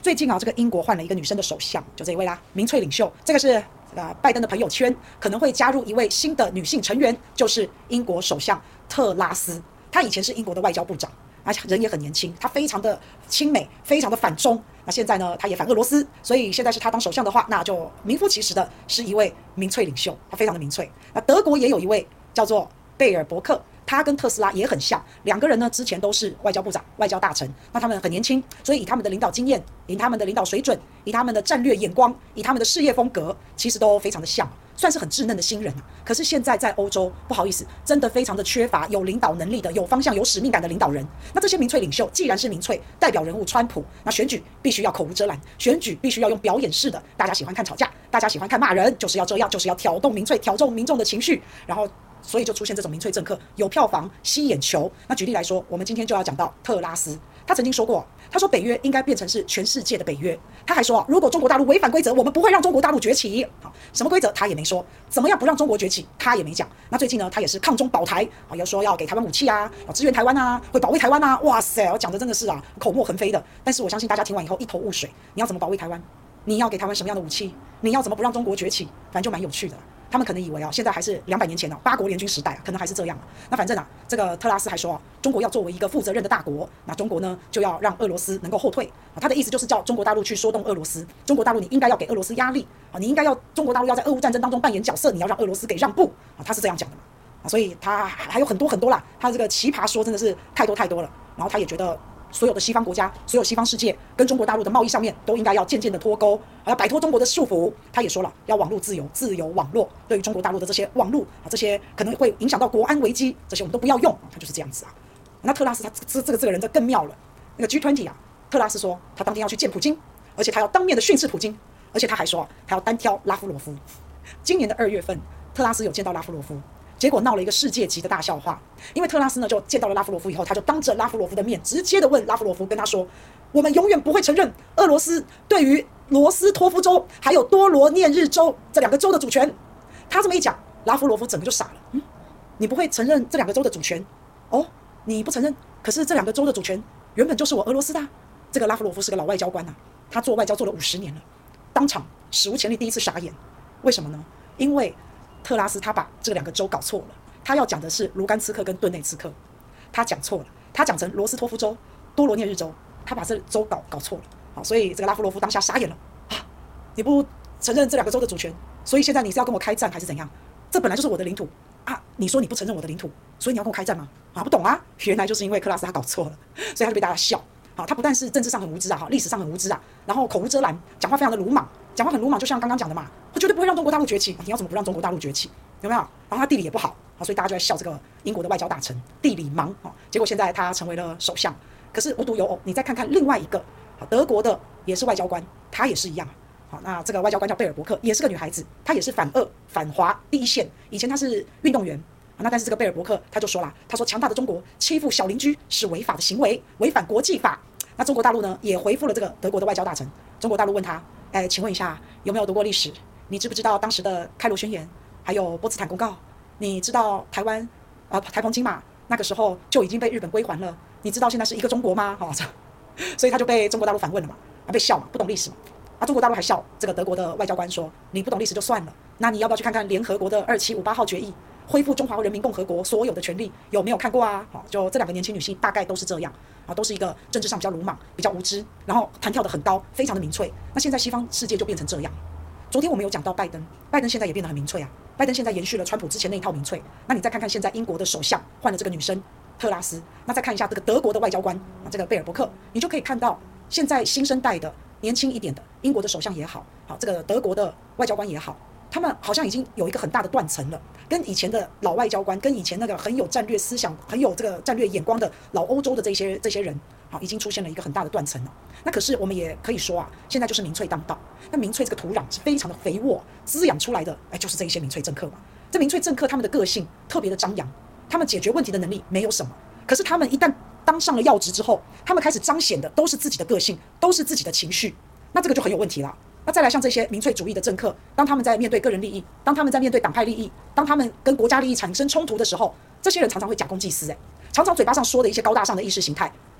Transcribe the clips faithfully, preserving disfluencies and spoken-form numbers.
最近啊，这个英国换了一个女生的首相，就这一位啦，民粹领袖。这个是呃拜登的朋友圈可能会加入一位新的女性成员，就是英国首相特拉斯。她以前是英国的外交部长，而且人也很年轻，她非常的亲美，非常的反中。那现在呢，她也反俄罗斯，所以现在是她当首相的话，那就名副其实的是一位民粹领袖，她非常的民粹。那德国也有一位叫做贝尔伯克。他跟特斯拉也很像，两个人呢之前都是外交部长、外交大臣，那他们很年轻，所以以他们的领导经验、以他们的领导水准、以他们的战略眼光、以他们的事业风格，其实都非常的像，算是很稚嫩的新人啊。可是现在在欧洲，不好意思，真的非常的缺乏有领导能力的、有方向、有使命感的领导人。那这些民粹领袖，既然是民粹，代表人物川普，那选举必须要口无遮拦，选举必须要用表演式的，大家喜欢看吵架，大家喜欢看骂人，就是要这样，就是要挑动民粹，挑动民众的情绪，然后。所以就出现这种民粹政客，有票房、吸眼球。那举例来说，我们今天就要讲到特拉斯，他曾经说过，他说北约应该变成是全世界的北约。他还说，如果中国大陆违反规则，我们不会让中国大陆崛起。好，什么规则他也没说，怎么样不让中国崛起他也没讲。那最近呢，他也是抗中保台，啊，要说要给台湾武器啊，要支援台湾啊，会保卫台湾啊。哇塞，我讲的真的是啊，口沫横飞的。但是我相信大家听完以后一头雾水，你要怎么保卫台湾？你要给台湾什么样的武器？你要怎么不让中国崛起？反正就蛮有趣的。他们可能以为啊，现在还是两百年前呢、啊，八国联军时代啊，可能还是这样啊。那反正啊，这个特拉斯还说啊，中国要作为一个负责任的大国，那中国呢就要让俄罗斯能够后退啊。他的意思就是叫中国大陆去说动俄罗斯，中国大陆你应该要给俄罗斯压力啊，你应该要中国大陆要在俄乌战争当中扮演角色，你要让俄罗斯给让步啊，他是这样讲的嘛啊，所以他还有很多很多啦，他这个奇葩说真的是太多太多了。然后他也觉得。所有的西方国家，所有西方世界跟中国大陆的贸易上面都应该要渐渐的脱钩，要摆脱中国的束缚。他也说了，要网络自由，自由网络。对于中国大陆的这些网络啊，这些可能会影响到国安危机，这些我们都不要用。他就是这样子啊。那特拉斯他这这个这个人这更妙了。那个 G 二十 啊，特拉斯说他当天要去见普京，而且他要当面的训斥普京，而且他还说他要单挑拉夫罗夫。今年的二月份，特拉斯有见到拉夫罗夫。结果闹了一个世界级的大笑话，因为特拉斯呢就见到了拉夫罗夫以后，他就当着拉夫罗夫的面直接的问拉夫罗夫，跟他说：“我们永远不会承认俄罗斯对于罗斯托夫州还有多罗涅日州这两个州的主权。”他这么一讲，拉夫罗夫整个就傻了。嗯，你不会承认这两个州的主权？哦，你不承认？可是这两个州的主权原本就是我俄罗斯的啊。这个拉夫罗夫是个老外交官啊，他做外交做了五十年了，当场史无前例第一次傻眼。为什么呢？因为特拉斯他把这两个州搞错了，他要讲的是卢甘斯克跟顿内茨克，他讲错了，他讲成罗斯托夫州、多罗涅日州，他把这州搞搞错了。好，所以这个拉夫罗夫当下傻眼了啊！你不承认这两个州的主权，所以现在你是要跟我开战还是怎样？这本来就是我的领土啊！你说你不承认我的领土，所以你要跟我开战吗？啊，不懂啊！原来就是因为克拉斯他搞错了，所以他就被大家笑。好，他不但是政治上很无知啊，历史上很无知啊，然后口无遮拦，讲话非常的鲁莽，讲话很鲁莽，就像刚刚讲的嘛，我绝对不会让中国大陆崛起，你要怎么不让中国大陆崛起？有没有？然后他地理也不好，所以大家就在笑这个英国的外交大臣地理盲，结果现在他成为了首相。可是无独有偶，你再看看另外一个德国的也是外交官，他也是一样。好，那这个外交官叫贝尔伯克，也是个女孩子，她也是反俄反华第一线，以前她是运动员。那但是这个贝尔伯克他就说了，他说强大的中国欺负小邻居是违法的行为，违反国际法。那中国大陆呢也回复了这个德国的外交大臣。中国大陆问他，哎，请问一下有没有读过历史？你知不知道当时的开罗宣言，还有波茨坦公告？你知道台湾呃台澎金马那个时候就已经被日本归还了？你知道现在是一个中国吗？哦，所以他就被中国大陆反问了嘛，啊被笑嘛，不懂历史嘛。啊，中国大陆还笑这个德国的外交官说，你不懂历史就算了，那你要不要去看看联合国的二七五八号决议？恢复中华人民共和国所有的权利，有没有看过啊？好，就这两个年轻女性大概都是这样啊，都是一个政治上比较鲁莽、比较无知，然后弹跳得很高，非常的民粹。那现在西方世界就变成这样。昨天我们有讲到拜登，拜登现在也变得很民粹啊。拜登现在延续了川普之前那一套民粹。那你再看看现在英国的首相换了这个女生特拉斯，那再看一下这个德国的外交官啊，这个贝尔伯克，你就可以看到现在新生代的年轻一点的英国的首相也好，好这个德国的外交官也好。他们好像已经有一个很大的断层了，跟以前的老外交官，跟以前那个很有战略思想、很有这个战略眼光的老欧洲的这些这些人，好，已经出现了一个很大的断层了。那可是我们也可以说啊，现在就是民粹当道。那民粹这个土壤是非常的肥沃，滋养出来的，哎，就是这一些民粹政客嘛。这民粹政客他们的个性特别的张扬，他们解决问题的能力没有什么，可是他们一旦当上了要职之后，他们开始彰显的都是自己的个性，都是自己的情绪，那这个就很有问题啦。那再来像这些民粹主义的政客，当他们在面对个人利益，当他们在面对党派利益，当他们跟国家利益产生冲突的时候，这些人常常会假公济私，哎，常常嘴巴上说的一些高大上的意识形态，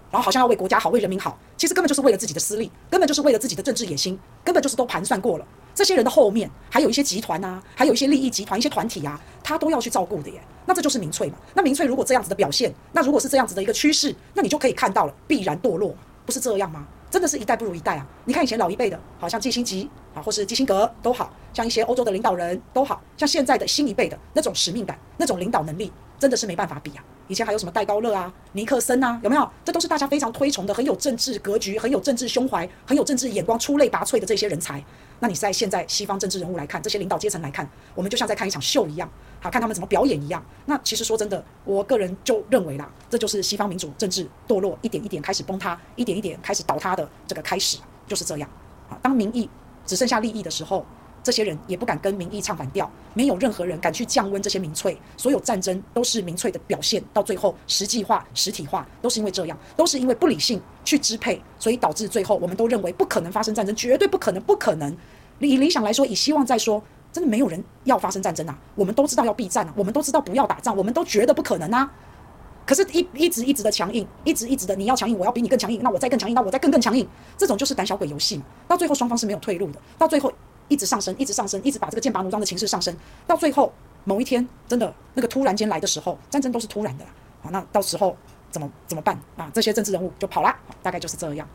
然后好像要为国家好、为人民好，其实根本就是为了自己的私利，根本就是为了自己的政治野心，根本就是都盘算过了。这些人的后面还有一些集团啊，还有一些利益集团、一些团体啊，他都要去照顾的耶。那这就是民粹嘛？那民粹如果这样子的表现，那如果是这样子的一个趋势，那你就可以看到了，必然堕落嘛，不是这样吗？真的是一代不如一代啊！你看以前老一辈的，好像基辛格啊，或是基辛格都好，像一些欧洲的领导人都好，像现在的新一辈的那种使命感、那种领导能力，真的是没办法比啊！以前还有什么戴高乐啊、尼克森啊，有没有？这都是大家非常推崇的，很有政治格局、很有政治胸怀、很有政治眼光、出类拔萃的这些人才。那你在现在西方政治人物来看，这些领导阶层来看，我们就像在看一场秀一样，好看他们怎么表演一样。那其实说真的，我个人就认为啦，这就是西方民主政治堕落，一点一点开始崩塌，一点一点开始倒塌的这个开始，就是这样。啊，当民意只剩下利益的时候，这些人也不敢跟民意唱反调，没有任何人敢去降温这些民粹，所有战争都是民粹的表现，到最后实际化、实体化，都是因为这样，都是因为不理性去支配，所以导致最后我们都认为不可能发生战争，绝对不可能，不可能。以理想来说，以希望再说，真的没有人要发生战争啊！我们都知道要避战啊，我们都知道不要打仗，我们都觉得不可能啊。可是一，一直一直的强硬，一直一直的，你要强硬，我要比你更强硬，那我再更强硬，那我再更更强硬，这种就是胆小鬼游戏嘛。到最后双方是没有退路的，到最后一直上升，一直上升，一直把这个剑拔弩张的情势上升，到最后某一天真的那个突然间来的时候，战争都是突然的啦。好，那到时候怎么怎么办啊？这些政治人物就跑啦，大概就是这样。